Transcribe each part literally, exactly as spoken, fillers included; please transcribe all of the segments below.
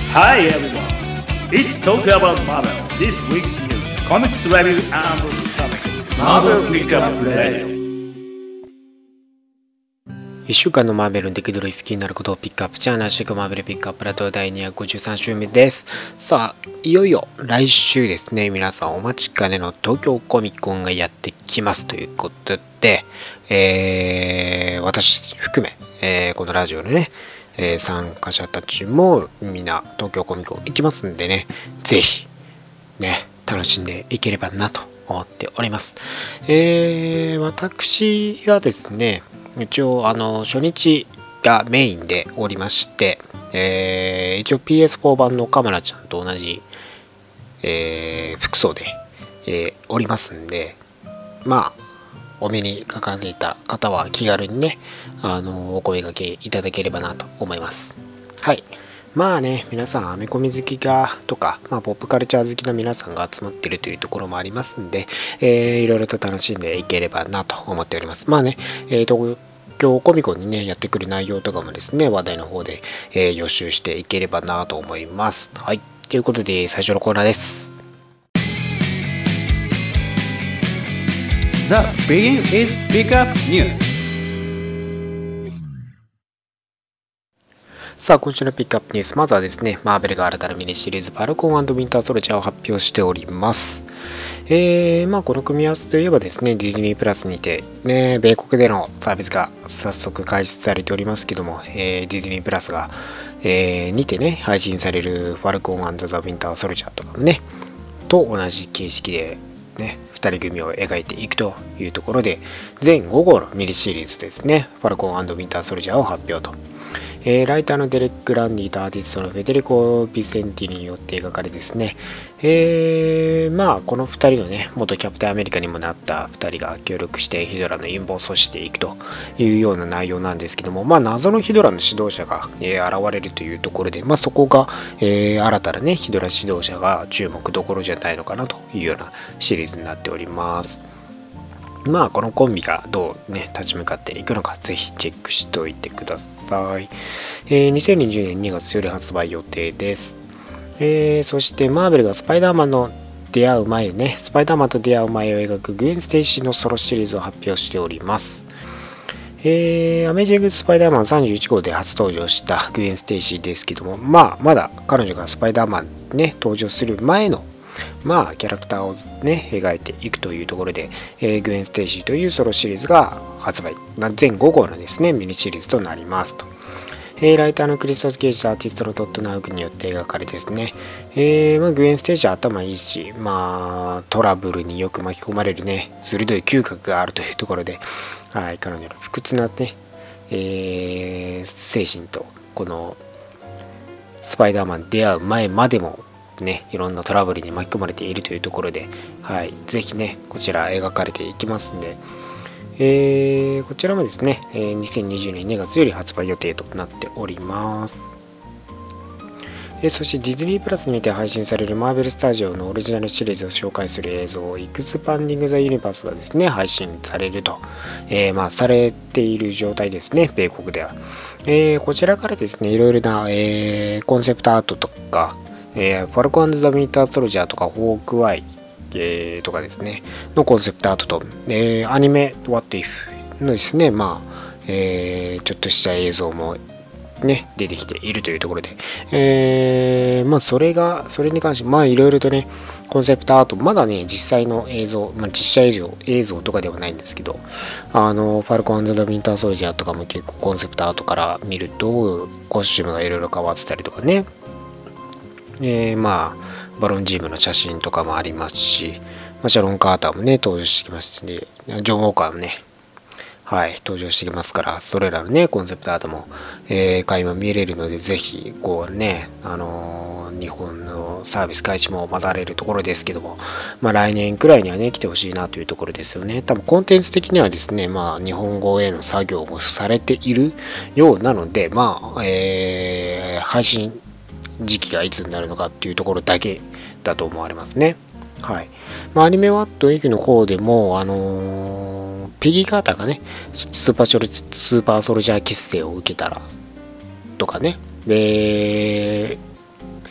Hi everyone, it's Talk About Marvel. This week's news, comics review and topics. Marvel Pickup Radio. いっしゅうかんのマーベルの出来ドル気になることをピックアップチャンネルシェイクマーベルピックアップラトだいにひゃくごじゅうさん週目です。さあ、いよいよ来週ですね、皆さんお待ちかねの東京コミコンがやってきますということで、えー、私含め、えー、このラジオのね、えー、参加者たちもみんな東京コミコン行きますんでね、ぜひね、楽しんでいければなと思っております。えー、私がですね、一応あの初日がメインでおりまして、えー、一応 ピーエスフォー 版のカメラちゃんと同じ、えー、服装で、えー、おりますんで、まあお目にかかれた方は気軽にね、あのお声掛けいただければなと思います。はい。まあね、皆さんアメコミ好きがとか、まあ、ポップカルチャー好きな皆さんが集まっているというところもありますんで、えー、いろいろと楽しんでいければなと思っております。まあね、えー、東京コミコンにねやってくる内容とかもですね、話題の方で、えー、予習していければなと思います。はい。ということで最初のコーナーです。 The Begin is Pickup News。 さあ、今週のピックアップニュース、まずはですね、マーベルが新たなミニシリーズ、ファルコン&ウィンターソルジャーを発表しております。えー、まあ、この組み合わせといえばですね、ディズニープラスにて、ね、米国でのサービスが早速開始されておりますけども、えー、ディズニープラスが、えー、にてね、配信されるファルコン&ザ・ウィンターソルジャーとかもね、と同じ形式で、ね、ふたり組を描いていくというところで、全ご号のミニシリーズですね、ファルコン&ウィンターソルジャーを発表と。えー、ライターのデレック・ランディとアーティストのフェデリコ・ビセンティによって描かれですね、えー、まあこのふたりのね、元キャプテンアメリカにもなったふたりが協力してヒドラの陰謀を阻止していくというような内容なんですけども、まあ謎のヒドラの指導者が、えー、現れるというところで、まあそこが、えー、新たなね、ヒドラ指導者が注目どころじゃないのかなというようなシリーズになっております。まあこのコンビがどうね立ち向かっていくのかぜひチェックしておいてください。えー、にせんにじゅうねんにがつより発売予定です。えー、そしてマーベルがスパイダーマンの出会う前ね、スパイダーマンと出会う前を描くグエン・ステイシーのソロシリーズを発表しております。えー、アメージング・スパイダーマンさんじゅういち号で初登場したグエン・ステイシーですけども、まあまだ彼女がスパイダーマンね登場する前のまあキャラクターをね描いていくというところで、えー、グエン・ステイシーというソロシリーズが発売、全ご号のですねミニシリーズとなりますと。えー、ライターのクリストス・ケイジとアーティストのトッド・ナウクによって描かれですね、えーまあ、グエン・ステイシーは頭いいし、まあトラブルによく巻き込まれるね鋭い嗅覚があるというところで、はい、彼女の不屈なね、えー、精神とこのスパイダーマンに出会う前までもね、いろんなトラブルに巻き込まれているというところで、はい、ぜひねこちら描かれていきますんで、えー、こちらもですね、えー、にせんにじゅうねんにがつより発売予定となっております。えー、そしてディズニープラスにて配信されるマーベルスタジオのオリジナルシリーズを紹介する映像、エクスパンディング・ザ・ユニバースがですね配信されると、えー、まあされている状態ですね、米国では。えー、こちらからですねいろいろな、えー、コンセプトアートとかえー、ファルコン&ザ・ウィンター・ソルジャーとかホークアイ、えー、とかですねのコンセプトアートと、えー、アニメ What If のですねまあ、えー、ちょっとした映像もね出てきているというところで、えー、まあそれがそれに関してまあいろいろとねコンセプトアートまだね実際の映像、まあ、実写映像映像とかではないんですけど、あのファルコン&ザ・ウィンター・ソルジャーとかも結構コンセプトアートから見るとコスチュームがいろいろ変わってたりとかね、えー、まあバロンジームの写真とかもありますし、まあ、シャロン・カーターもね登場してきますし、ね、ジョン・ウォーカーもねはい登場してきますから、それらのねコンセプトアートも、えー、垣間見れるのでぜひこうねあのー、日本のサービス開始も待たれるところですけども、まあ来年くらいにはね来てほしいなというところですよね。多分コンテンツ的にはですねまあ日本語への作業もされているようなので、まあ、えー、配信時期がいつになるのかっていうところだけだと思われますね。はい。まあ、アニメワット X の方でも、あのー、ペギー・カーターがね、スーパーソルスーパーソルジャー結成を受けたらとかね、で、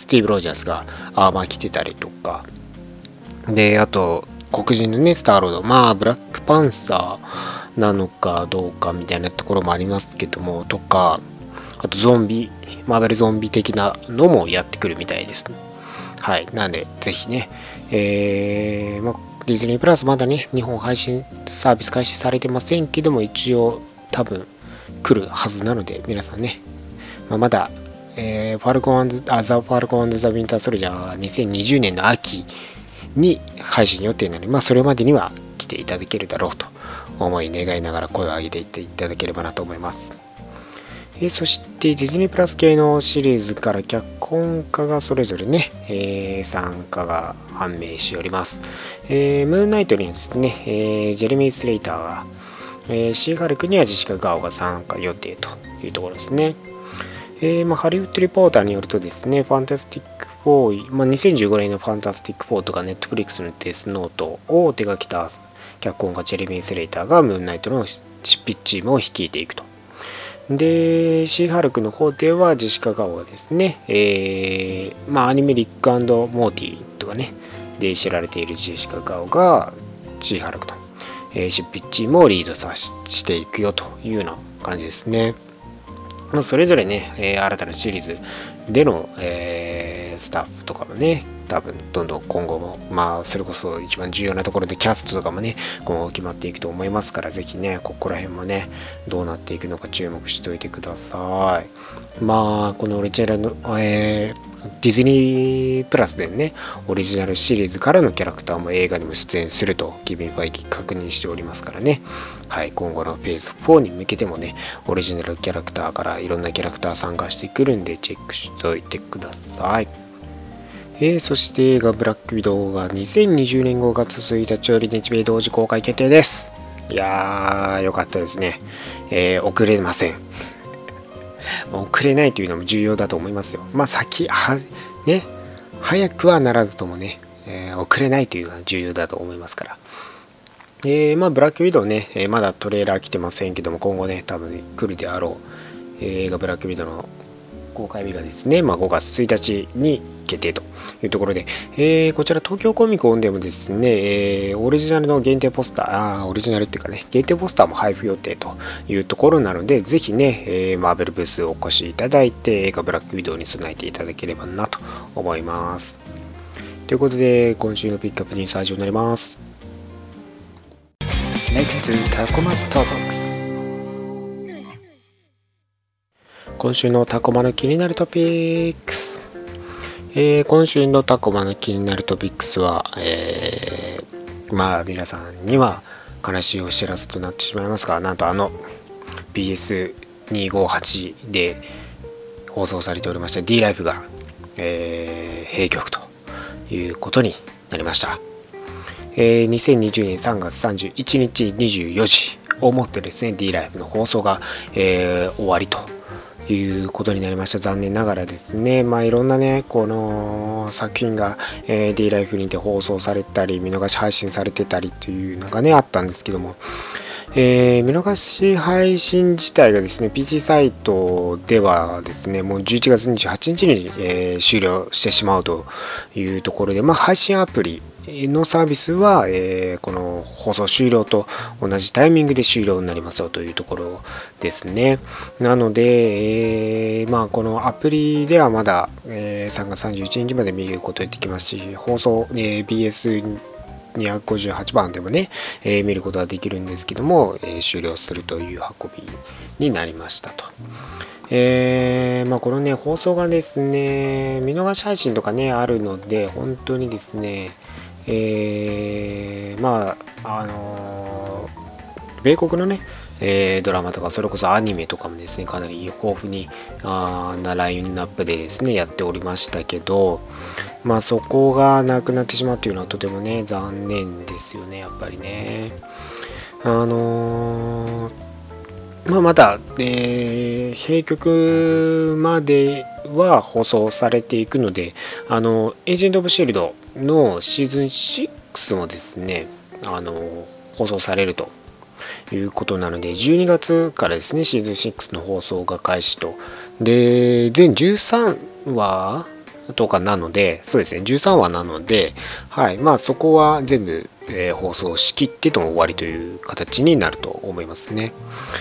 ティーブ・ロジャースがアーマー着てたりとかで、あと黒人のねスターロード、まあブラックパンサーなのかどうかみたいなところもありますけども、とかあとゾンビマーベルゾンビ的なのもやってくるみたいですね。はい、なんでぜひね、えーまあ、ディズニープラスまだね日本配信サービス開始されてませんけども、一応多分来るはずなので皆さんね、まあ、まだ、えー、ファルコン&ザ・ファルコン&ザ・ウィンター・ソルジャーはにせんにじゅうねんの秋に配信予定なので、まあ、それまでには来ていただけるだろうと思い願いながら声を上げていっていただければなと思います。えー、そしてディズニープラス系のシリーズから脚本家がそれぞれね、えー、参加が判明しております。えー、ムーンナイトにはですね、えー、ジェレミー・スレイターが、えー、シーハルクにはジェシカ・ガオが参加予定というところですね。えーまあ、ハリウッドリポーターによるとですね、ファンタスティックフォー、まあ、にせんじゅうごねんのファンタスティックフォーとかネットフリックスのデスノートを手がけた脚本家ジェレミー・スレイターがムーンナイトの執筆チームを率いていくと。で、シーハルクの方ではジェシカ・ガオがですね、えー、まあアニメリック&モーティとかね、で知られているジェシカ・ガオがシーハルクの、えー、執筆チームをリードさしていくよというような感じですね。まあ、それぞれね、えー、新たなシリーズでの、えー、スタッフとかもね、多分どんどん今後も、まあそれこそ一番重要なところでキャストとかもね、今後決まっていくと思いますから、ぜひね、ここら辺もね、どうなっていくのか注目しておいてください。まあ、このオリジナルの、えーディズニープラスでね、オリジナルシリーズからのキャラクターも映画にも出演するとケビン・ファイキー確認しておりますからね。はい、今後のフェーズフォーに向けてもね、オリジナルキャラクターからいろんなキャラクター参加してくるんでチェックしておいてください。えー、そして映画ブラックウィドウがにせんにじゅうねんごがつついたちより日米同時公開決定です。いやー、よかったですね。えー、遅れません。遅れないというのも重要だと思いますよ。まあ先はね、早くはならずともね、えー、遅れないというのは重要だと思いますから。えー、まあブラックウィドウね、えー、まだトレーラー来てませんけども、今後ね多分来るであろう、えー、映画ブラックウィドウの公開日がですね、まあ、ごがつついたちに決定というところで、えー、こちら東京コミコンでもですね、えー、オリジナルの限定ポスター、あオリジナルっていうかね、限定ポスターも配布予定というところなので、ぜひね、えー、マーベルブースお越しいただいて、映画ブラックウィドウに備えていただければなと思います。ということで、今週のピックアップニュースは以上になります。Next, タコマスターバックス。今週のタコマの気になるトピックス、えー、今週のタコマの気になるトピックスは、えー、まあ皆さんには悲しいお知らせとなってしまいますが、なんとあの ビーエスにひゃくごじゅうはち で放送されておりました D ライフが、えー、閉局ということになりました。えー、にせんにじゅうねんさんがつさんじゅういちにちにじゅうよじをもってですね D ライフの放送が、えー、終わりということになりました。残念ながらですね、まあいろんなねこの作品が、えー、D ライフにて放送されたり見逃し配信されてたりというのがねあったんですけども、えー、見逃し配信自体がですね ピーシー サイトではですねもうじゅういちがつにじゅうはちにちに、えー、終了してしまうというところで、まあ配信アプリのサービスは、えー、この放送終了と同じタイミングで終了になりますよというところですね。なので、えー、まあこのアプリではまだ、えー、さんがつさんじゅういちにちまで見ることができますし、放送、えー、ビーエスにひゃくごじゅうはちばんでもね、えー、見ることができるんですけども、えー、終了するという運びになりましたと。えー、まあこのね放送がですね見逃し配信とかねあるので本当にですねえー、まああのー、米国のね、えー、ドラマとかそれこそアニメとかもですねかなり豊富にあなラインナップでですねやっておりましたけど、まあそこがなくなってしまうというのはとてもね残念ですよねやっぱりね。あのー、まあまだ、えー、閉局までは放送されていくので、あのエージェント・オブ・シールドのシーズンろくもですねあの放送されるということなので、じゅうにがつからですねシーズンろくの放送が開始と。で全じゅうさんわとかなので、そうですね、じゅうさんわなので、はい、まあそこは全部、えー、放送しきってとも終わりという形になると思いますね。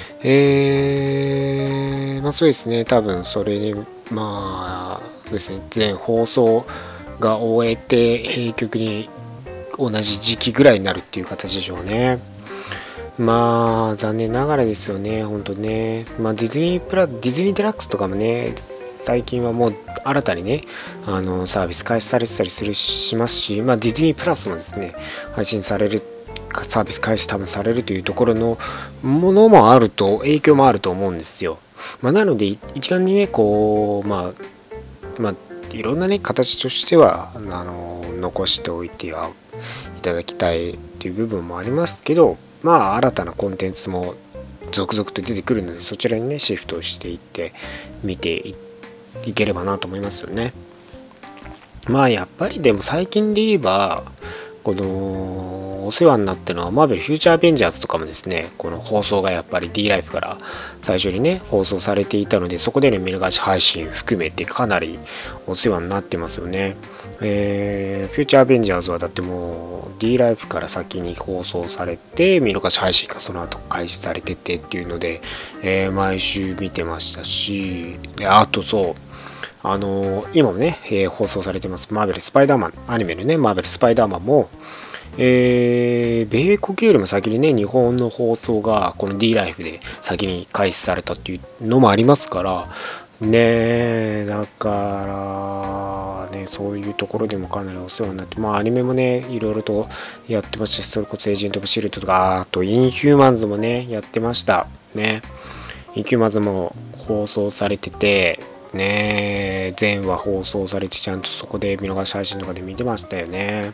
えー、まあそうですね、多分それに、まあ、そうですね、全放送が終えて、閉局に同じ時期ぐらいになるっていう形でしょうね。まあ残念ながらですよね、本当ね。まあディズニープラディズニーデラックスとかもね、最近はもう新たにね、あのサービス開始されてたりするしますし、まあディズニープラスもですね、配信されるサービス開始多分されるというところのものもあると、影響もあると思うんですよ。まあ、なので一概にね、こうまあまあいろんなね形としてはあの残しておいてはいただきたいという部分もありますけど、まあ新たなコンテンツも続々と出てくるので、そちらにねシフトしていって見ていければなと思いますよね。まあやっぱりでも最近で言えばこのお世話になってるのはマーベルフューチャーアベンジャーズとかもですね、この放送がやっぱり D ライフから最初にね放送されていたので、そこでの見逃し配信含めてかなりお世話になってますよね。えー、フューチャーアベンジャーズはだってもう D ライフから先に放送されて、見逃し配信がその後開始されててっていうので、えー、毎週見てましたし、であとそうあのー、今もね、えー、放送されてますマーベルスパイダーマン、アニメのねマーベルスパイダーマンも、えー、米国よりも先にね日本の放送がこの D ライフで先に開始されたっていうのもありますからね。だからね、そういうところでもかなりお世話になって、まあアニメもねいろいろとやってましたし、それこそエージェント・オブ・シールドとか、あとインヒューマンズもねやってましたね。インヒューマンズも放送されててね、全話放送されてちゃんとそこで見逃し配信とかで見てましたよね。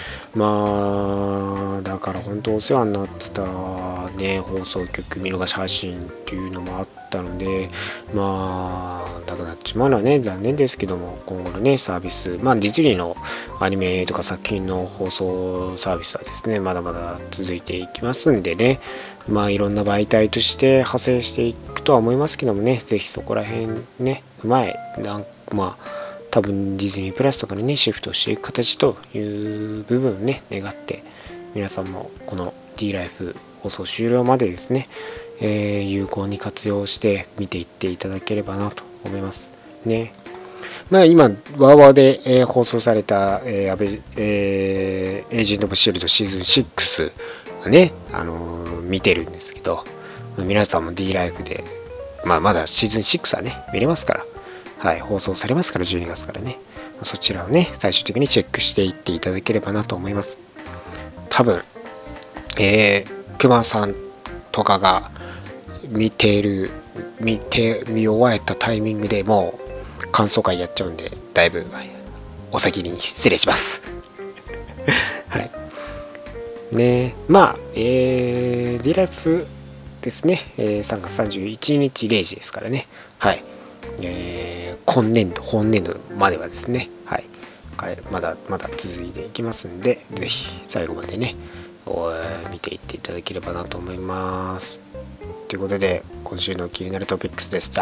まあだから本当お世話になってたね放送局見逃し配信っていうのもあったので、まあなくなっちまうのはね残念ですけども、今後のねサービス、まあディズニーのアニメとか作品の放送サービスはですねまだまだ続いていきますんでね、まあいろんな媒体として派生していくとは思いますけどもね、ぜひそこら辺ね踏まえなんまあ多分ディズニープラスとかにねシフトしていく形という部分をね願って、皆さんもこの D ライフ放送終了までですね、えー、有効に活用して見ていっていただければなと思いますね。まあ今ワーワーで、えー、放送された、えーアベえー、エージェント・オブ・シールドシーズンシックスがね、あのー、見てるんですけど、皆さんも D ライフで、まあまだシーズンシックスはね見れますから、はい、放送されますからじゅうにがつからね、そちらをね最終的にチェックしていっていただければなと思います。多分えー、熊さんとかが見ている見て見終わったタイミングでもう感想会やっちゃうんで、だいぶお先に失礼しますはいね。まあえー、D ライフですね、えー、さんがつさんじゅういちにちれいじですからね、はい、えー、今年度本年度まではですね、はい、まだまだ続いていきますんで、ぜひ最後までね見ていっていただければなと思います。ということで今週の気になるトピックスでした。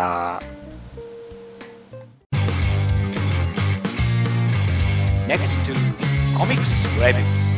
Next to Comics Review。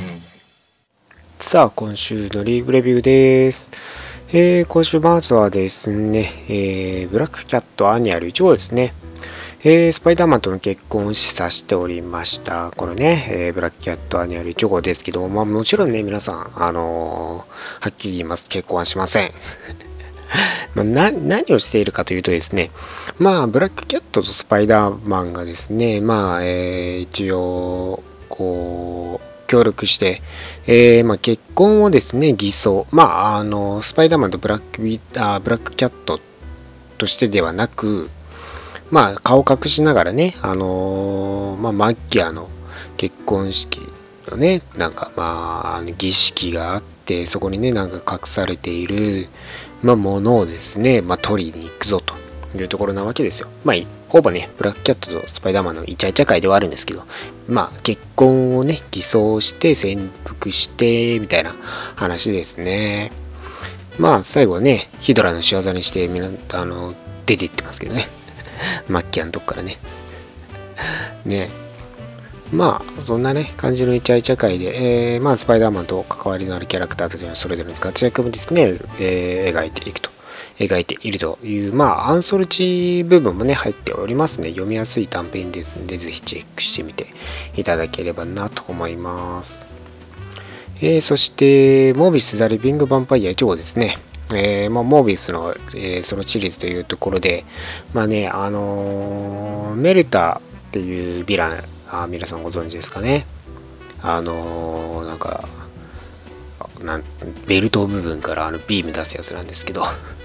さあ今週のリーグレビューです。えー、今週まずはですね、えー、ブラックキャットアニュアルいち号ですね。えー、スパイダーマンとの結婚を示唆しておりました。このね、えー、ブラックキャットアニュアルいち号ですけども、まあもちろんね、皆さん、あのー、はっきり言います。結婚はしません。まあ、な何をしているかというとですね、まあ、ブラックキャットとスパイダーマンがですね、まあ、えー、一応、こう、協力して、えーまあ、結婚をですね、偽装、まあ、あの、スパイダーマンとブラックビあブラックキャットとしてではなく、まあ、顔を隠しながらね、あのー、まあ、マッキアの結婚式のね、なんか、まあ、儀式があって、そこにね、なんか隠されている、まあ、ものをですね、まあ、取りに行くぞというところなわけですよ。まあ、ほぼね、ブラックキャットとスパイダーマンのイチャイチャ会ではあるんですけど、まあ、結婚をね、偽装して潜伏して、みたいな話ですね。まあ、最後はね、ヒドラの仕業にして、みんな、あの、出ていってますけどね。マッキアのとこからね。 ね。まあそんなね感じのイチャイチャ界で、えー、まあスパイダーマンと関わりのあるキャラクターたちのそれぞれの活躍もですね、えー、描いていくと描いているというまあアンソロジー部分もね入っておりますね。読みやすい短編ですのでぜひチェックしてみていただければなと思います。えー、そしてモービスザリビングヴァンパイアいち号ですね。えーまあ、モービスの、えー、ソロシリーズというところでまあねあのー、メルタっていうヴィランあ皆さんご存知ですかね。あのー、なんかなんベルト部分からあのビーム出すやつなんですけど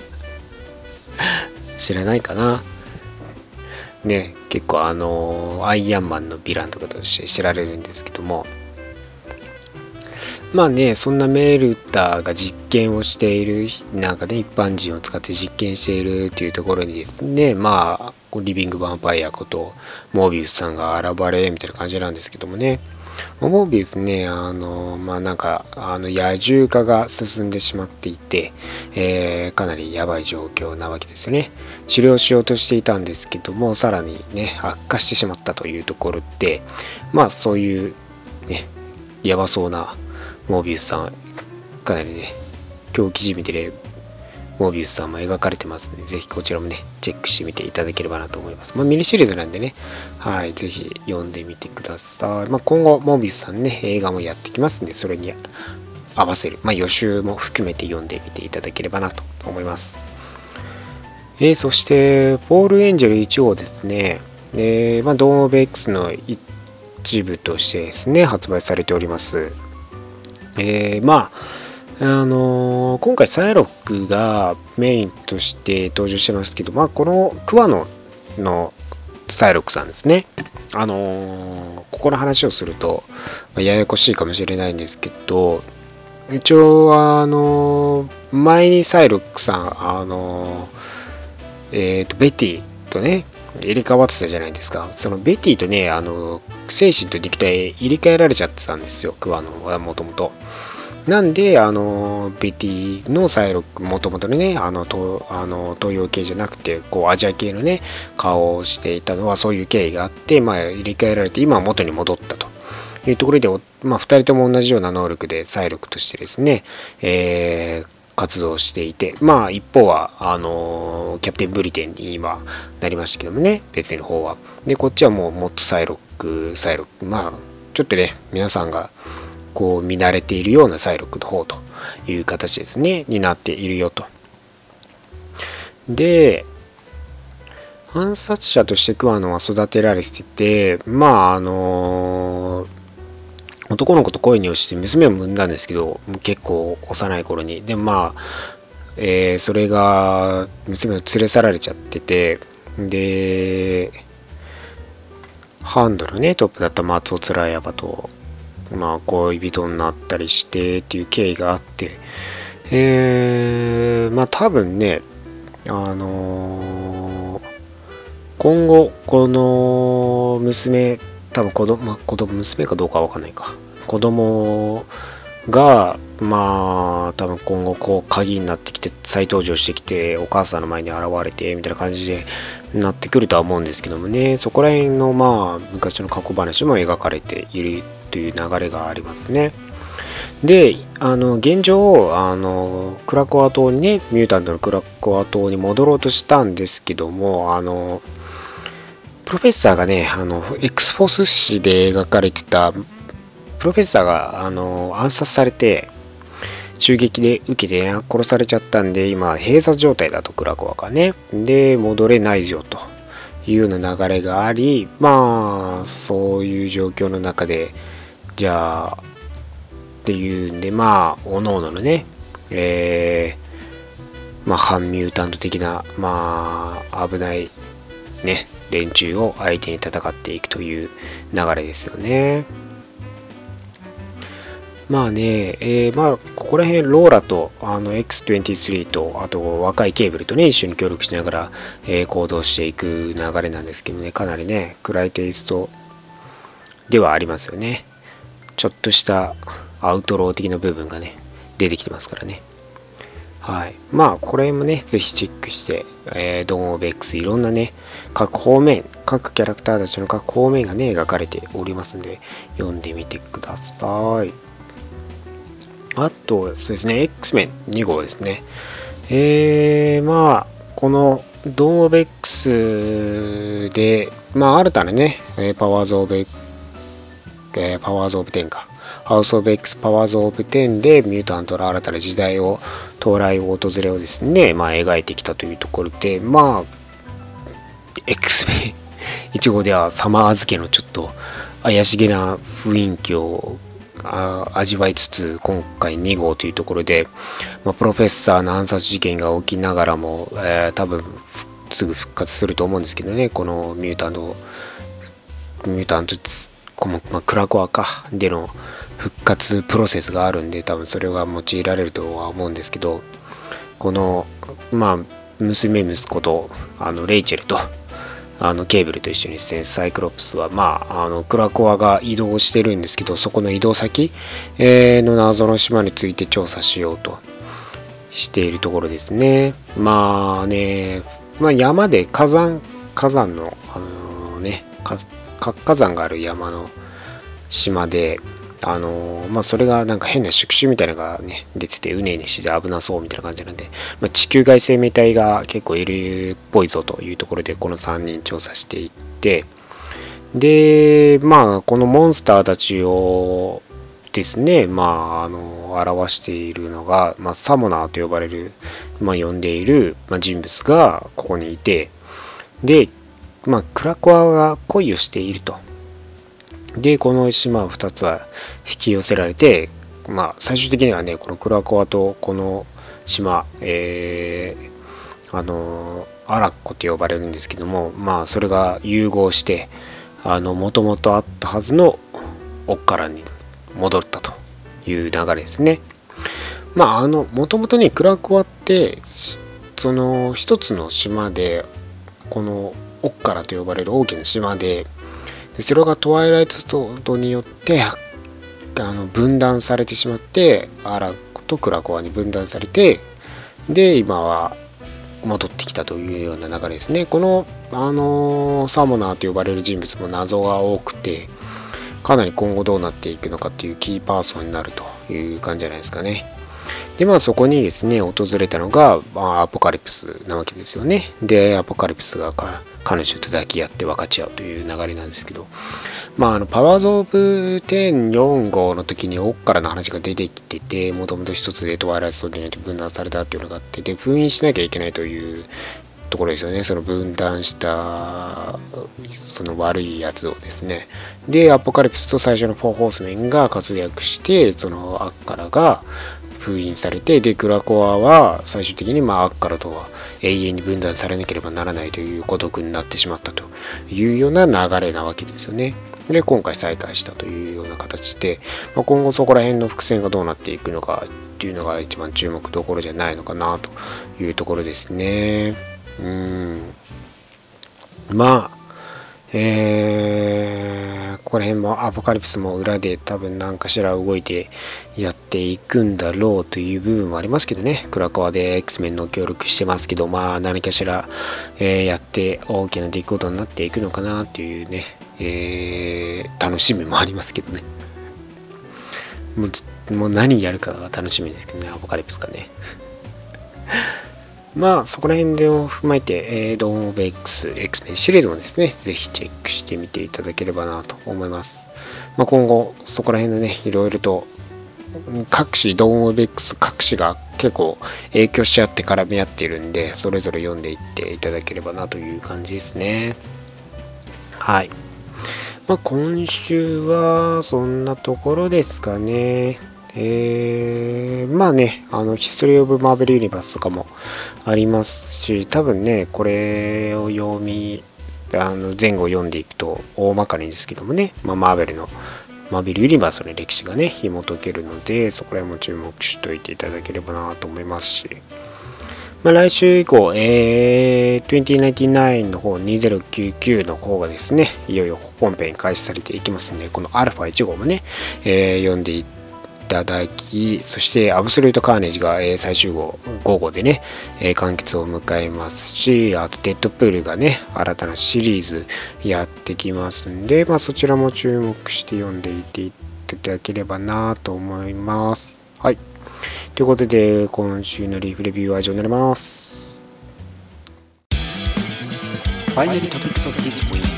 知らないかなね。結構あのー、アイアンマンのヴィランとかとして知られるんですけども、まあねそんなメルタが実験をしているなんかね一般人を使って実験しているっていうところにですねまあリビングヴァンパイアことモービウスさんが現れみたいな感じなんですけどもね、モービウスねあのまあなんかあの野獣化が進んでしまっていて、えー、かなりやばい状況なわけですよね。治療しようとしていたんですけどもさらにね悪化してしまったというところでまあそういうねやばそうなモービウスさんかなりね狂気じみてるモービウスさんも描かれてますのでぜひこちらもねチェックしてみていただければなと思います。まあ、ミニシリーズなんでねはいぜひ読んでみてください。まあ、今後モービウスさんね映画もやってきますんでそれに合わせるまあ予習も含めて読んでみていただければなと思います。えー、そしてフォールエンジェルいち号ですね、えー、まあドーンオブ X の一部としてですね発売されております。えー、まああのー、今回サイロックがメインとして登場してますけど、まあ、このクワノのサイロックさんですね。あのー、ここの話をすると、まあ、ややこしいかもしれないんですけど一応あのー、前にサイロックさんあのー、えーとベティとね入れ替わってたじゃないですか。そのベティとねあの精神と肉体入れ替えられちゃってたんですよクワノはもともと。なんであのベティのサイロックもともとねあのとあの東洋系じゃなくてこうアジア系のね顔をしていたのはそういう経緯があってまあ入れ替えられて今は元に戻ったというところで、まあ、ふたりとも同じような能力でサイロックとしてですね、えー、活動していてまあ一方はあのキャプテンブリテンに今なりましたけどもね別の方はでこっちはもうもっとサイロックサイロックまあちょっとね皆さんがこう見慣れているようなサイロックの方という形ですねになっているよと。で暗殺者としてクワノは育てられててまああの男の子と恋に落ちて娘を産んだんですけど結構幼い頃にでまあ、えー、それが娘を連れ去られちゃっててでハンドルねトップだった松尾貫也とまあ恋人になったりしてっていう経緯があってえー、まあ多分ねあのー、今後この娘多分子供、まあ、子供娘かどうかは分かんないか子供がまあ多分今後こう鍵になってきて再登場してきてお母さんの前に現れてみたいな感じでなってくるとは思うんですけどもねそこら辺のまあ昔の過去話も描かれているという流れがありますね。であの現状あのクラコア島にねミュータントのクラコア島に戻ろうとしたんですけどもあのプロフェッサーがねあの X フォース誌で描かれてたプロフェッサーがあの暗殺されて襲撃で受けて、ね、殺されちゃったんで今閉鎖状態だとクラコアがねで戻れないよというような流れがありまあそういう状況の中でじゃあっていうんでまあおのおののねえー、まあ反ミュータント的なまあ危ないね連中を相手に戦っていくという流れですよね。まあね、えー、まあここら辺ローラとあの エックスにじゅうさん とあと若いケーブルとね一緒に協力しながら、えー、行動していく流れなんですけどねかなりね暗いテイストではありますよね。ちょっとしたアウトロー的な部分がね出てきてますからね。 はい。まあ、これもね、ぜひチェックして、えー、ドン・オブ X、いろんなね、各方面、各キャラクターたちの各方面がね、描かれておりますので、読んでみてください。あと、そうですね、X メンに号ですね。えー、まあ、このドン・オブ X で、まあ、新たなね、パワーズ・オブ、えー、パワーズ・オブテンか。ハウス・オブ・ X パワーズ・オブ・テンでミュータントの新たな時代を到来を訪れをですね、まあ、描いてきたというところで、まあ X メンいち号ではサマー漬けのちょっと怪しげな雰囲気を味わいつつ、今回に号というところで、まあ、プロフェッサーの暗殺事件が起きながらも、えー、多分すぐ復活すると思うんですけどね、このミュータントミュータントこの、まあ、クラコアかでの復活プロセスがあるんで、多分それが用いられるとは思うんですけど、このまあ娘息子とあのレイチェルとあのケーブルと一緒にですね、サイクロプスはまああのクラコアが移動してるんですけど、そこの移動先、えー、の謎の島について調査しようとしているところですね。まあね、まあ、山で火山火山のあのね活火山がある山の島で、あのー、まあそれがなんか変な触手みたいなのがね出てて、うねうねして危なそうみたいな感じなんで、まあ、地球外生命体が結構いるっぽいぞというところで、このさんにん調査していって、でまあこのモンスターたちをですね、まああの表しているのが、まあ、サモナーと呼ばれる、まあ、呼んでいる、まあ、人物がここにいて、でまあクラコアが恋をしていると。でこの島ふたつは引き寄せられて、まあ最終的にはね、このクラコアとこの島、えー、あのアラッコと呼ばれるんですけども、まあそれが融合して、あの元々あったはずのオッカラに戻ったという流れですね。まああの元々ね、クラコアってその一つの島で、このオッカラと呼ばれる大きな島で、でそれがトワイライトソードによってあの分断されてしまって、アラコとクラコアに分断されて、で今は戻ってきたというような流れですね。この、あのー、サモナーと呼ばれる人物も謎が多くて、かなり今後どうなっていくのかっていうキーパーソンになるという感じじゃないですかね。でまあそこにですね訪れたのが、まあ、アポカリプスなわけですよね。でアポカリプスが彼女と抱き合って分かち合うという流れなんですけど、まああのパワーズ・オブ・テンよん号の時にオッカラの話が出てきてて、もともと一つでトワイライトソードによって分断されたっていうのがあって、で封印しなきゃいけないというところですよね。その分断したその悪いやつをですね。でアポカリプスと最初のフォーホースメンが活躍して、そのアッカラが封印されて、でクラコアは最終的にまあアッカラとは永遠に分断されなければならないという孤独になってしまったというような流れなわけですよね。で今回再開したというような形で、まあ、今後そこら辺の伏線がどうなっていくのかっていうのが一番注目どころじゃないのかなというところですね。うーんまあえー、ここら辺もアポカリプスも裏で多分何かしら動いてやっていくんだろうという部分もありますけどね。クラコアで X メンの協力してますけど、まあ何かしら、えー、やって大きな出来事になっていくのかなというね、えー、楽しみもありますけどね。もう、もう何やるかが楽しみですけどね、アポカリプスがね。まあそこら辺を踏まえて、えー、ドーン・オブ・ X、X メンシリーズもですね、ぜひチェックしてみていただければなと思います。まあ、今後そこら辺のね、いろいろと各種ドーン・オブ・ X 各種が結構影響し合って絡み合っているんで、それぞれ読んでいっていただければなという感じですね。はい。まあ、今週はそんなところですかね。えー、まあね、あのヒストリー・オブ・マーベル・ユニバースとかもありますし、多分ねこれを読みあの前後読んでいくと大まかにですけどもね、まあ、マーベルのマーベル・ユニバースの歴史がね紐解けるので、そこら辺も注目しておいていただければなと思いますし、まあ、来週以降、えー、にせんきゅうじゅうきゅうの方にせんきゅうじゅうきゅうの方がですね、いよいよ本編開始されていきますので、このアルファいち号もね、えー、読んでいってただき、そしてアブソリュートカーネージが、えー、最終号午後でね、えー、完結を迎えますし、あとデッドプールがね新たなシリーズやってきますんで、まあ、そちらも注目して読んでいっていただければなと思います。はい、ということで今週のリーフレビューは以上になります。 Finally topics of this week.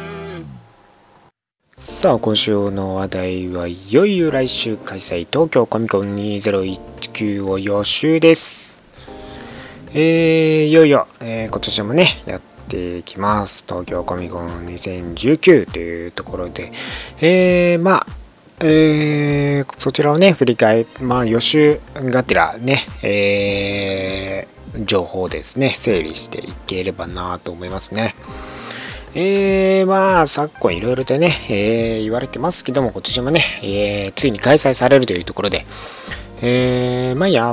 さあ今週の話題はいよいよ来週開催東京コミコンにせんじゅうきゅうを予習です。えー、いよいよ、えー、今年もねやっていきます。東京コミコンにせんじゅうきゅうというところで、えー、まあえー、そちらをね振り返り、まあ予習がてらね、えー、情報をですね整理していければなと思いますね。えー、まあ昨今いろいろとね、えー、言われてますけども、今年もね、えー、ついに開催されるというところで、えー、まあや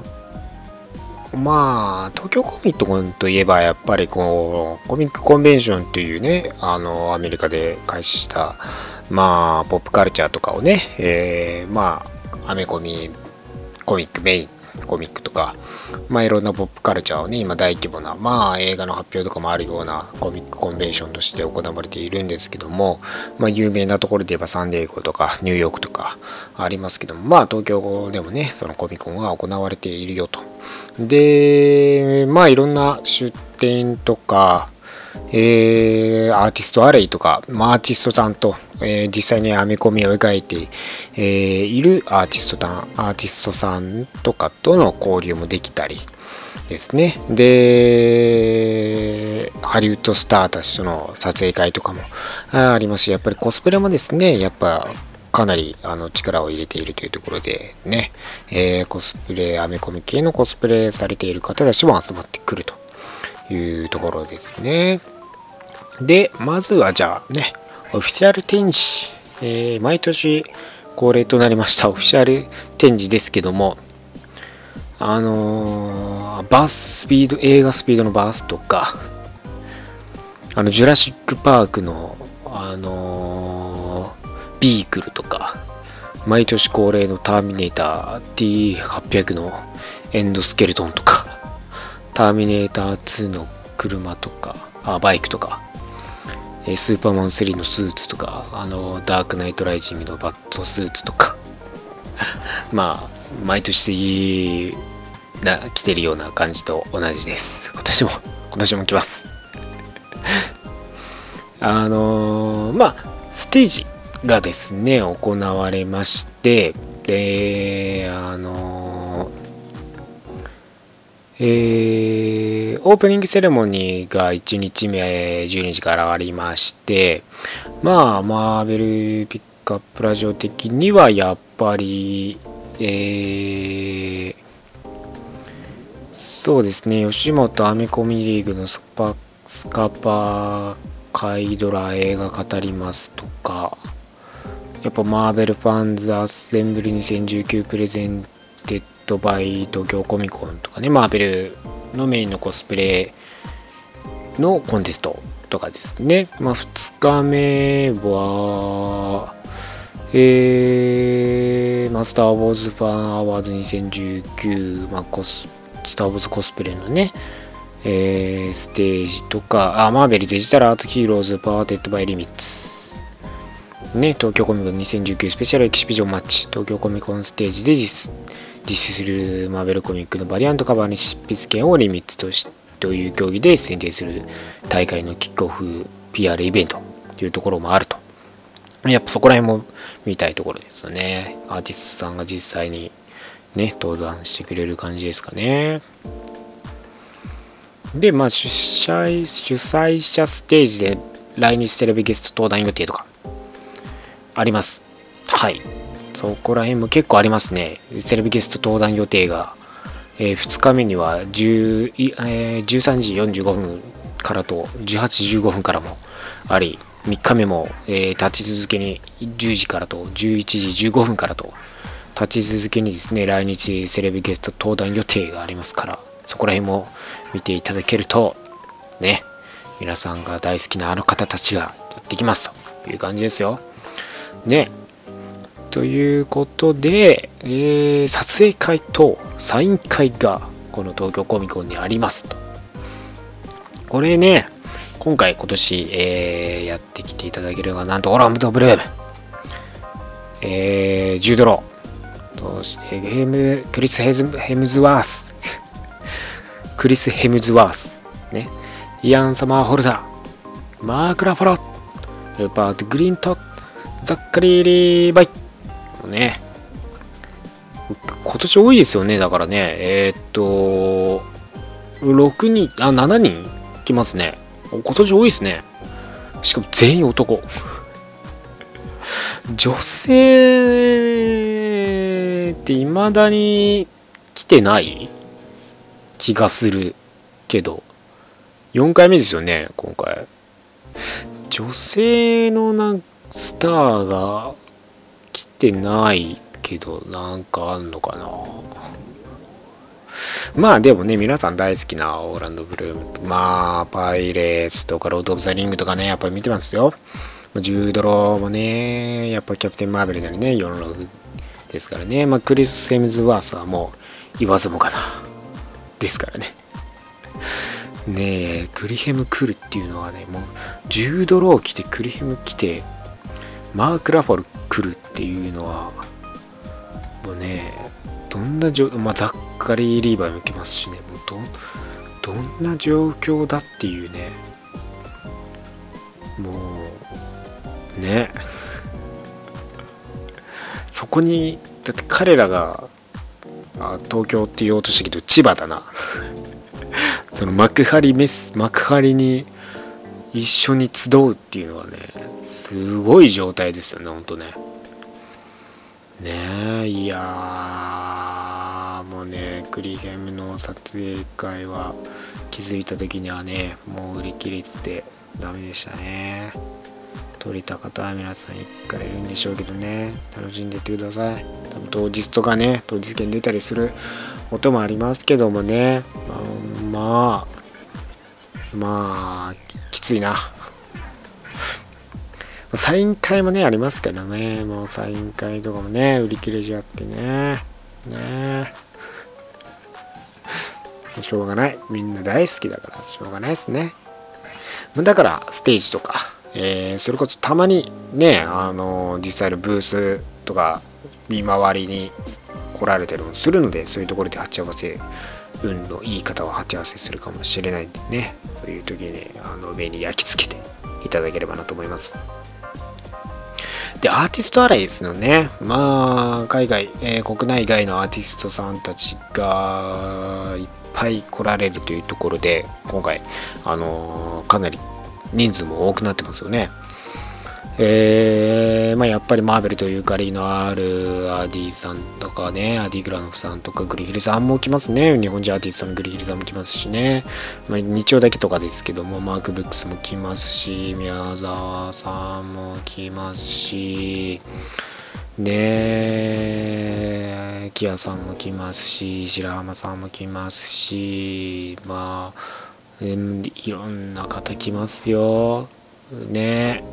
まあ東京コミックといえばやっぱりこうコミックコンベンションというね、あのアメリカで開始したまあポップカルチャーとかをね、えー、まあアメコミコミックメインコミックとか、まあいろんなポップカルチャーをね今大規模なまあ映画の発表とかもあるようなコミックコンベンションとして行われているんですけども、まあ有名なところで言えばサンディエゴとかニューヨークとかありますけども、まあ東京でもねそのコミコンが行われているよと。でまあいろんな出展とかえー、アーティストアレイとか、まあ、アーティストさんと、えー、実際に編み込みを描いて、えー、いるアーティストさん、アーティストさんとかとの交流もできたりですね。で、ハリウッドスターたちとの撮影会とかもありますし、やっぱりコスプレもですね、やっぱかなりあの力を入れているというところでね、えー、コスプレ、編み込み系のコスプレされている方たちも集まってくるというところですね。でまずはじゃあねオフィシャル展示、えー、毎年恒例となりましたオフィシャル展示ですけども、あのー、バーススピード映画スピードのバースとか、あのジュラシックパークのあのー、ビークルとか、毎年恒例のターミネーター ティーはっぴゃく のエンドスケルトンとか、ターミネーターツーの車とか、あバイクとか、スーパーマンスリーのスーツとか、あのダークナイトライジングのバットスーツとかまあ毎年な着てるような感じと同じです。今年も今年も来ますあのー、まあステージがですね行われまして、であのーえー、オープニングセレモニーがいちにちめじゅうにじからありまして、まあマーベルピックアップラジオ的にはやっぱり、えー、そうですね、吉本アメコミリーグのスパスカパカイドラ映画語りますとか、やっぱマーベルファンズアッセンブルにせんじゅうきゅうプレゼンテッドバイ東京コミコンとかね、マーベルのメインのコスプレのコンテストとかですね。まあふつかめはえー、まあスターウォーズファンアワードにせんじゅうきゅう、まあコススターウォーズコスプレのね、えー、ステージとか、あマーベルデジタルアートヒーローズパワーテッドバイリミッツね、東京コミコンにせんじゅうきゅうスペシャルエキシビジョンマッチ、東京コミコンステージで実施実施するマーベルコミックのバリアントカバーに執筆権をリミッツとしという競技で選定する大会のキックオフ ピーアール イベントというところもあると。やっぱそこら辺も見たいところですよね。アーティストさんが実際にね登壇してくれる感じですかね。でまあ主催主催者ステージで来日テレビゲスト登壇予定とかあります。はい、そこら辺も結構ありますね。テレビゲスト登壇予定が、えー、ふつかめにはじゅう、えー、じゅうさんじよんじゅうごふんからとじゅうはちじじゅうごふんからもあり、みっかめも、えー、立ち続けにじゅうじからとじゅういちじじゅうごふんからと立ち続けにですね来日テレビゲスト登壇予定がありますから、そこら辺も見ていただけるとね、皆さんが大好きなあの方たちがやってきますという感じですよね。 ということで、えー、撮影会とサイン会がこの東京コミコンにありますと。これね、今回今年、えー、やってきていただけるのがなんとオランド・ブルーム、えー、ジュードロー、そしてヘムクリス・ヘズヘムズワースクリス・ヘムズワース、ね、イアン・サマーホルダー、マーク・ラファロ、ルパート・グリント、ザッカリー・リーバイね、今年多いですよね。だからね、えー、っとろくにん、あ、しちにん来ますね。今年多いですね。しかも全員男。女性って未だに来てない気がするけど、よんかいめですよね今回。女性のなんスターが来てないけど、なんかあんのかな。まあでもね、皆さん大好きなオーランド・ブルーム、まあパイレーツとかロード・オブ・ザ・リングとかね、やっぱり見てますよ。ジュードローもね、やっぱキャプテン・マーベルなりね、よんじゅうろくですからね。まあクリス・ヘムズワースはもう言わずもがなですからね。ねえ、クリヘム来るっていうのはね、もうジュードロー来てクリヘム来てマーク・ラフォル来るっていうのはもうね、どんな状況、まあザッカリー・リーバーも来ますしね、もうどどんな状況だっていうね、もうね、そこにだって彼らが、あ、東京って言おうとしたけど千葉だな。その幕張メス幕張に一緒に集うっていうのはね、すごい状態ですよね、ほんとね。ねえ、いやー、もうね、クリヘムの撮影会は気づいた時にはね、もう売り切れててダメでしたね。撮れた方は皆さん一回いるんでしょうけどね、楽しんでいってください。多分当日とかね、当日券出たりする音もありますけどもね、まあまあきついな。サイン会もねありますけどね、もうサイン会とかもね売り切れちゃってね、ねしょうがない、みんな大好きだからしょうがないですね。だからステージとか、えー、それこそたまにね、あの実際のブースとか見回りに来られたりもするので、そういうところで鉢合わせ、運のいい方は鉢合わせするかもしれないんでね、そういう時に、ね、あの目に焼き付けていただければなと思います。で、アーティスト洗いですのね、まあ海外、えー、国内外のアーティストさんたちがいっぱい来られるというところで、今回あのー、かなり人数も多くなってますよね。えーまあ、やっぱりマーベルとゆかりのあるアーディさんとかね、アーディ・グラノフさんとかグリヒルさんも来ますね。日本人アーティストのグリヒルさんも来ますしね、まあ、日曜だけとかですけども、マーク・ブックスも来ますし、宮沢さんも来ますしね、キアさんも来ますし、白浜さんも来ますし、まあ、うん、いろんな方来ますよね。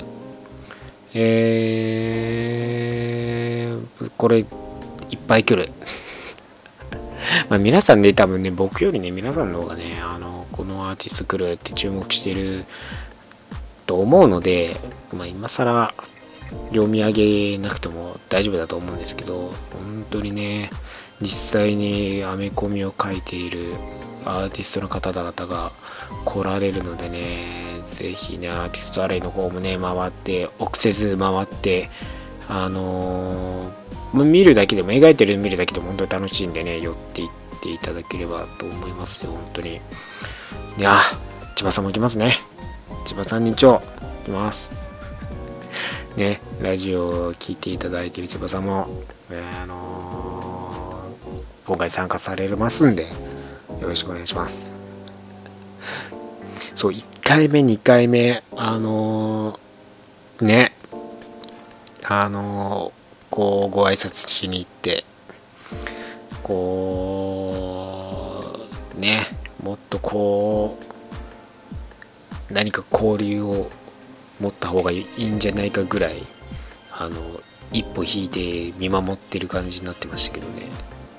えー、これいっぱい来る。まあ皆さんね、多分ね、僕よりね、皆さんの方がね、あのこのアーティスト来るって注目してると思うので、まあ今更読み上げなくても大丈夫だと思うんですけど、本当にね、実際にアメコミを書いているアーティストの方々が来られるのでね、ぜひね、アーティストアレイの方もね回って、臆せず回って、あのー、見るだけでも、描いてるの見るだけでも本当に楽しいんでね、寄っていっていただければと思いますよ、本当に。いや、千葉さんも行きますね。千葉さんにちょ行きますね。ラジオを聞いていただいている千葉さんも、えー、あのー、今回参加されますんで、よろしくお願いします。そう、いっかいめにかいめ、あのー、ね、あのー、こうご挨拶しに行って、こうね、もっとこう何か交流を持った方がいいんじゃないかぐらい、あの一歩引いて見守ってる感じになってましたけどね。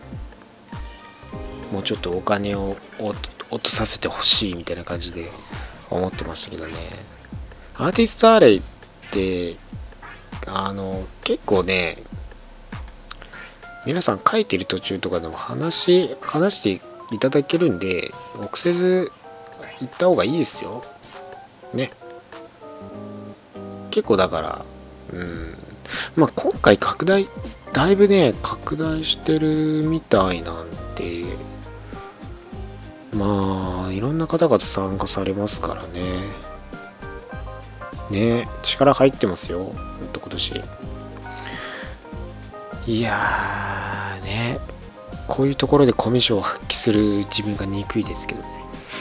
もうちょっとお金を落とさせてほしいみたいな感じで思ってましたけどね。アーティストアレイってあの結構ね、皆さん書いてる途中とかでも話話していただけるんで、臆せず行った方がいいですよね。結構だからうんまあ今回拡大だいぶね拡大してるみたいなんで、まあいろんな方々参加されますからね。ね、力入ってますよ、ほんと今年。いやーね、こういうところでコミュ障を発揮する自分が憎いですけどね。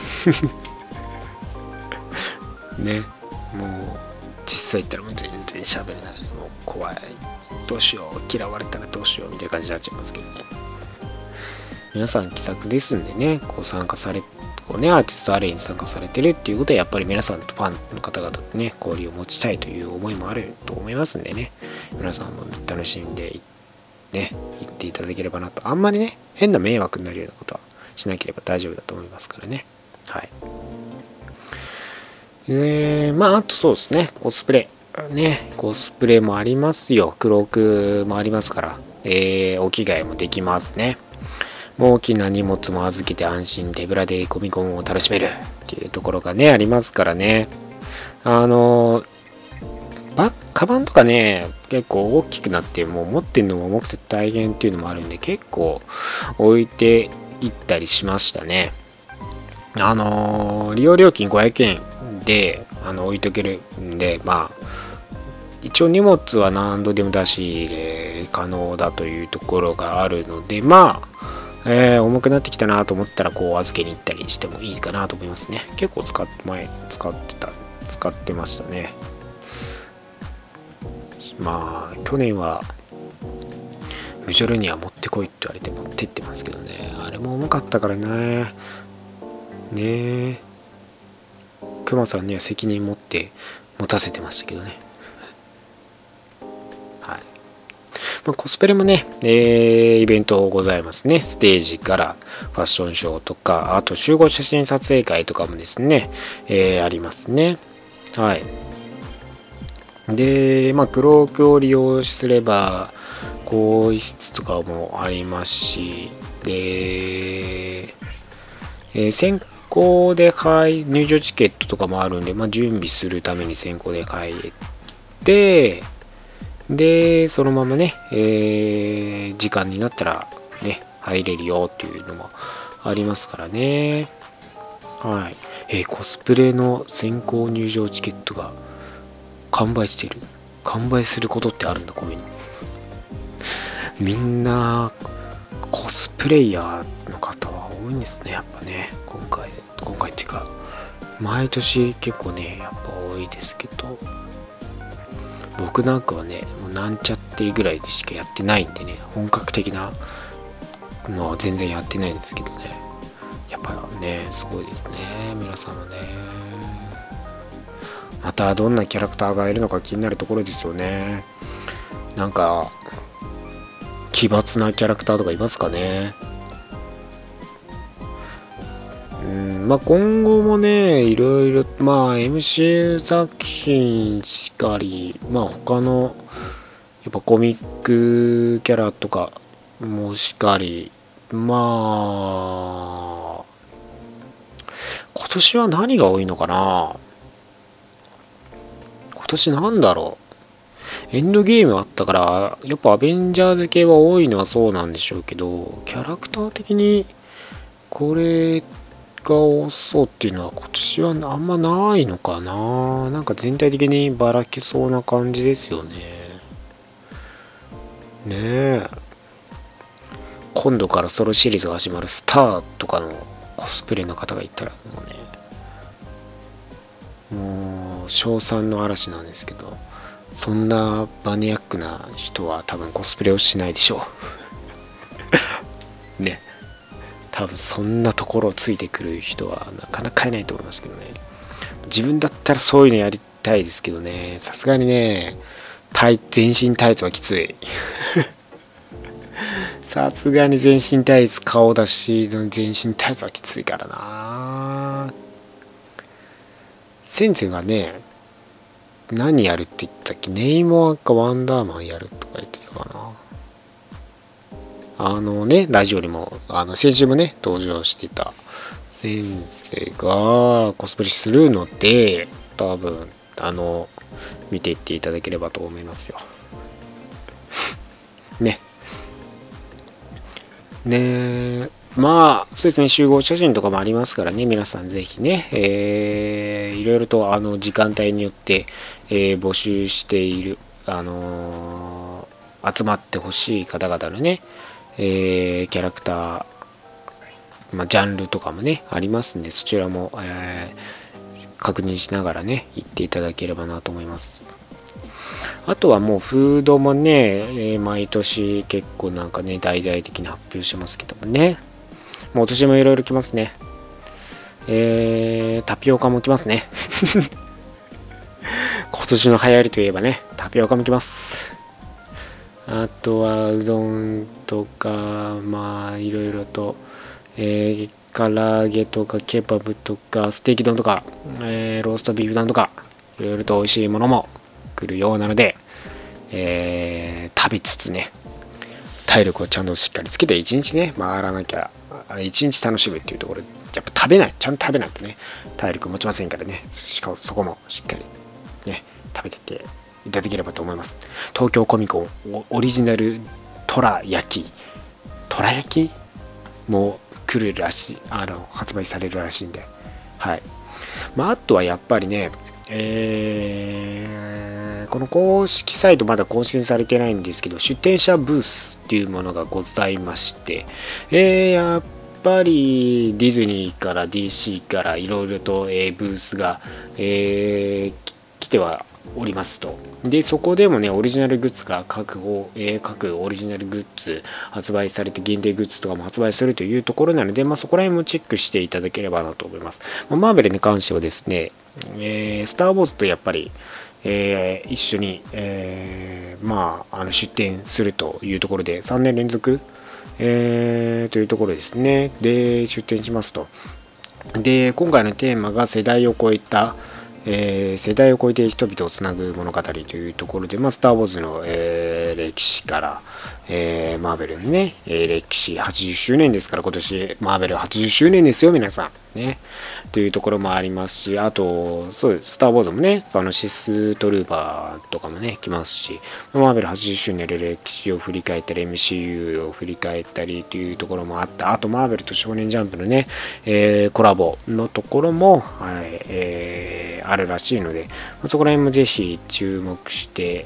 ね、もう実際言ったらもう全然喋れない、もう怖い、どうしよう、嫌われたらどうしようみたいな感じになっちゃいますけどね。皆さん気さくですんでね、こう参加されこうね、アーティストアレイに参加されてるっていうことはやっぱり皆さんとファンの方々とね交流を持ちたいという思いもあると思いますんでね、皆さんも楽しんでね行っていただければなと。あんまりね変な迷惑になるようなことはしなければ大丈夫だと思いますからね。はい。えー、まああとそうですね、コスプレね、コスプレもありますよ、クロークもありますから、えー、お着替えもできますね。大きな荷物も預けて安心手ぶらでコミコンを楽しめるっていうところがねありますからね。あのバカバンとかね結構大きくなってもう持ってるのも重くて大変っていうのもあるんで、結構置いていったりしましたね。あの利用料金ごひゃくえんであの置いとけるんで、まあ一応荷物は何度でも出し入れ可能だというところがあるので、まあえー、重くなってきたなと思ったらこう預けに行ったりしてもいいかなと思いますね。結構使っ前使ってた使ってましたね。まあ去年はムジョルには持ってこいって言われて持ってってますけどね、あれも重かったからね。ねえ、クマさんには責任持って持たせてましたけどね。はい。まあ、コスプレもね、えー、イベントございますね。ステージからファッションショーとか、あと集合写真撮影会とかもですね、えー、ありますね。はい。で、まあ、クロークを利用すれば、更衣室とかもありますし、で、えー、先行で買い、入場チケットとかもあるんで、まあ、準備するために先行で買えて、でそのままね、えー、時間になったらね入れるよっていうのもありますからね。はい。えー、コスプレの先行入場チケットが完売している。完売することってあるんだ、こういうの。みんなコスプレイヤーの方は多いんですね、やっぱね。今回今回っていうか毎年結構ねやっぱ多いですけど、僕なんかはねもうなんちゃってぐらいでしかやってないんでね、本格的なのは全然やってないんですけどね、やっぱねすごいですね、皆さんもね。またどんなキャラクターがいるのか気になるところですよね。なんか奇抜なキャラクターとかいますかね。うんまあ今後もねいろいろまあ エムシーユー 作品しかり、まあ他のやっぱコミックキャラとかもしかり、まあ今年は何が多いのかな。今年なんだろう、エンドゲームあったからやっぱアベンジャーズ系は多いのはそうなんでしょうけど、キャラクター的にこれが多そうっていうのは今年はあんまないのかな。なんか全体的にばらけそうな感じですよね。ねえ、今度からソロシリーズが始まるスターとかのコスプレの方がいたらもうね、もう称賛の嵐なんですけど、そんなマニアックな人は多分コスプレをしないでしょうね。多分そんなところをついてくる人はなかなかいないと思いますけどね。自分だったらそういうのやりたいですけどね、さすがにねタイ全身タイツはきついさすがに全身タイツ、顔出しの全身タイツはきついからな。先生がね、何やるって言ったっけ、ネイモアかワンダーマンやるとか言ってたかな。あのね、ラジオにも、あの先週もね、登場してた先生がコスプレするので、多分、あの、見ていっていただければと思いますよ。ね。ねまあ、そうですね、集合写真とかもありますからね、皆さんぜひね、えー、いろいろとあの時間帯によって、えー、募集している、あのー、集まってほしい方々のね、えー、キャラクター、まあ、ジャンルとかもね、ありますんで、そちらも、えー、確認しながらね、行っていただければなと思います。あとはもうフードもね、えー、毎年結構なんかね、大々的に発表してますけどもね。もう今年もいろいろ来ますね。えー、タピオカも来ますね。今年の流行りといえばね、タピオカも来ます。あとはうどんとか、まあいろいろと、えー、唐揚げとかケバブとかステーキ丼とか、えー、ローストビーフ丼とか、いろいろと美味しいものも来るようなので、えー、食べつつね、体力をちゃんとしっかりつけて一日ね回らなきゃ、一日楽しむっていうところで、やっぱ食べないちゃんと食べないとね体力持ちませんからね、しかもそこもしっかりね食べてっていただければと思います。東京コミコンオリジナルトラ焼きトラ焼きも来るらしい、あの発売されるらしいんで、はい。まああとはやっぱりね、えー、この公式サイトまだ更新されてないんですけど、出店者ブースっていうものがございまして、えー、やっぱりディズニーから ディーシー からいろいろと、えー、ブースが、えー、来てはおりますと。でそこでもねオリジナルグッズが各方、えー、各オリジナルグッズ発売されて、限定グッズとかも発売するというところなので、まあ、そこら辺もチェックしていただければなと思います。まあ、マーベルに関してはですね、えー、スター・ウォーズとやっぱり、えー、一緒に、えー、まあ、あの出展するというところでさんねん連続、えー、というところですねで出展しますと。で今回のテーマが世代を超えた、えー、世代を超えて人々をつなぐ物語というところで、まあ、スター・ウォーズの、えー、歴史から、えー、マーベルのね、えー、歴史はちじゅっしゅうねんですから、今年マーベルはちじゅっしゅうねんですよ皆さんねというところもありますし、あとそうスター・ウォーズもね、あのシストルーパーとかもね来ますし、マーベルはちじゅっしゅうねんで歴史を振り返ったり エムシーユー を振り返ったりというところもあった。あとマーベルと少年ジャンプのね、えー、コラボのところも、はいえー、あるらしいので、そこら辺もぜひ注目して、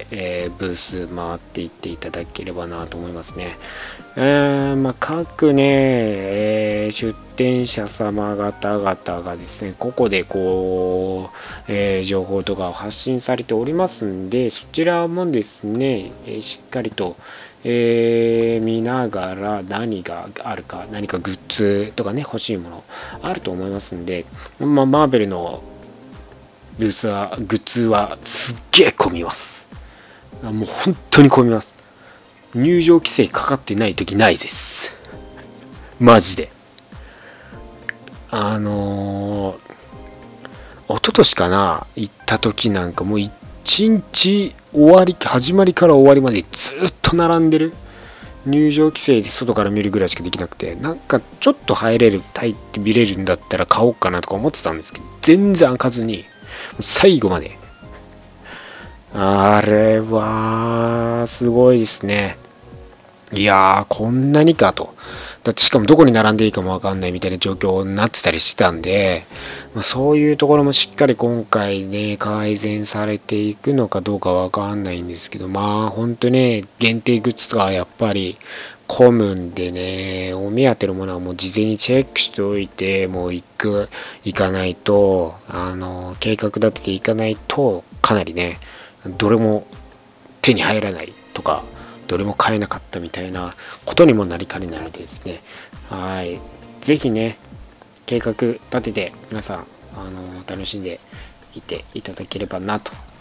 えー、ブース回っていっていただければなと思いますね。えーまあ、各ね、えー、出展者様方々がですね、ここでこう、えー、情報とかを発信されておりますんで、そちらもですね、えー、しっかりと、えー、見ながら何があるか、何かグッズとかね、欲しいものあると思いますんで、まあ、マーベルのブースは、グッズはすっげえ混みます。もう本当に混みます。入場規制かかってない時ないです。マジで。あのー、一昨年かな、行った時なんかもう一日終わり、始まりから終わりまでずっと並んでる。入場規制で外から見るぐらいしかできなくて、なんかちょっと入れる、入って見れるんだったら買おうかなとか思ってたんですけど、全然開かずに、最後まで。あれは、すごいですね。いやー、こんなにかと。だってしかもどこに並んでいいかもわかんないみたいな状況になってたりしてたんで、まあ、そういうところもしっかり今回ね、改善されていくのかどうかわかんないんですけど、まあ本当ね、限定グッズとかやっぱり混むんでね、お目当てのものはもう事前にチェックしておいて、もう行く、行かないと、あの、計画立てていかないと、かなりね、どれも手に入らないとか、どれも買えなかったみたいなことにもなりかねないのでですね、はい、ぜひね、計画立てて皆さん、あの、楽しんでいていただければなと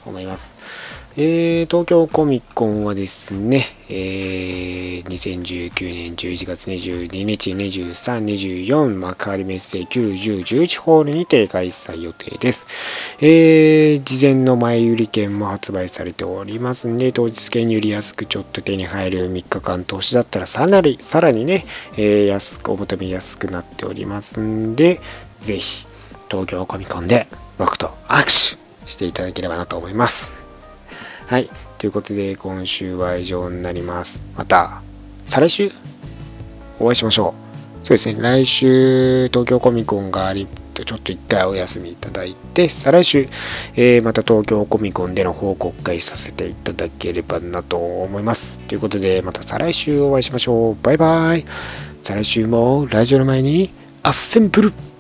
思います。えー、東京コミコンはですね、えー、にせんじゅうきゅうねんじゅういちがつにじゅうににち、にじゅうさん、にじゅうよん、幕張メッセきゅう、じゅう、じゅういちホールにて開催予定です。えー、事前の前売り券も発売されておりますんで、当日券より安くちょっと手に入るみっかかん投資だったらさらに、さらにね、えー、安く、お求めやすくなっておりますんで、ぜひ、東京コミコンで僕と握手していただければなと思います。はい。ということで、今週は以上になります。また、再来週お会いしましょう。そうですね。来週、東京コミコンがあり、ちょっと一回お休みいただいて、再来週、えー、また東京コミコンでの報告会させていただければなと思います。ということで、また再来週お会いしましょう。バイバイ。再来週もラジオの前にアッセンブル。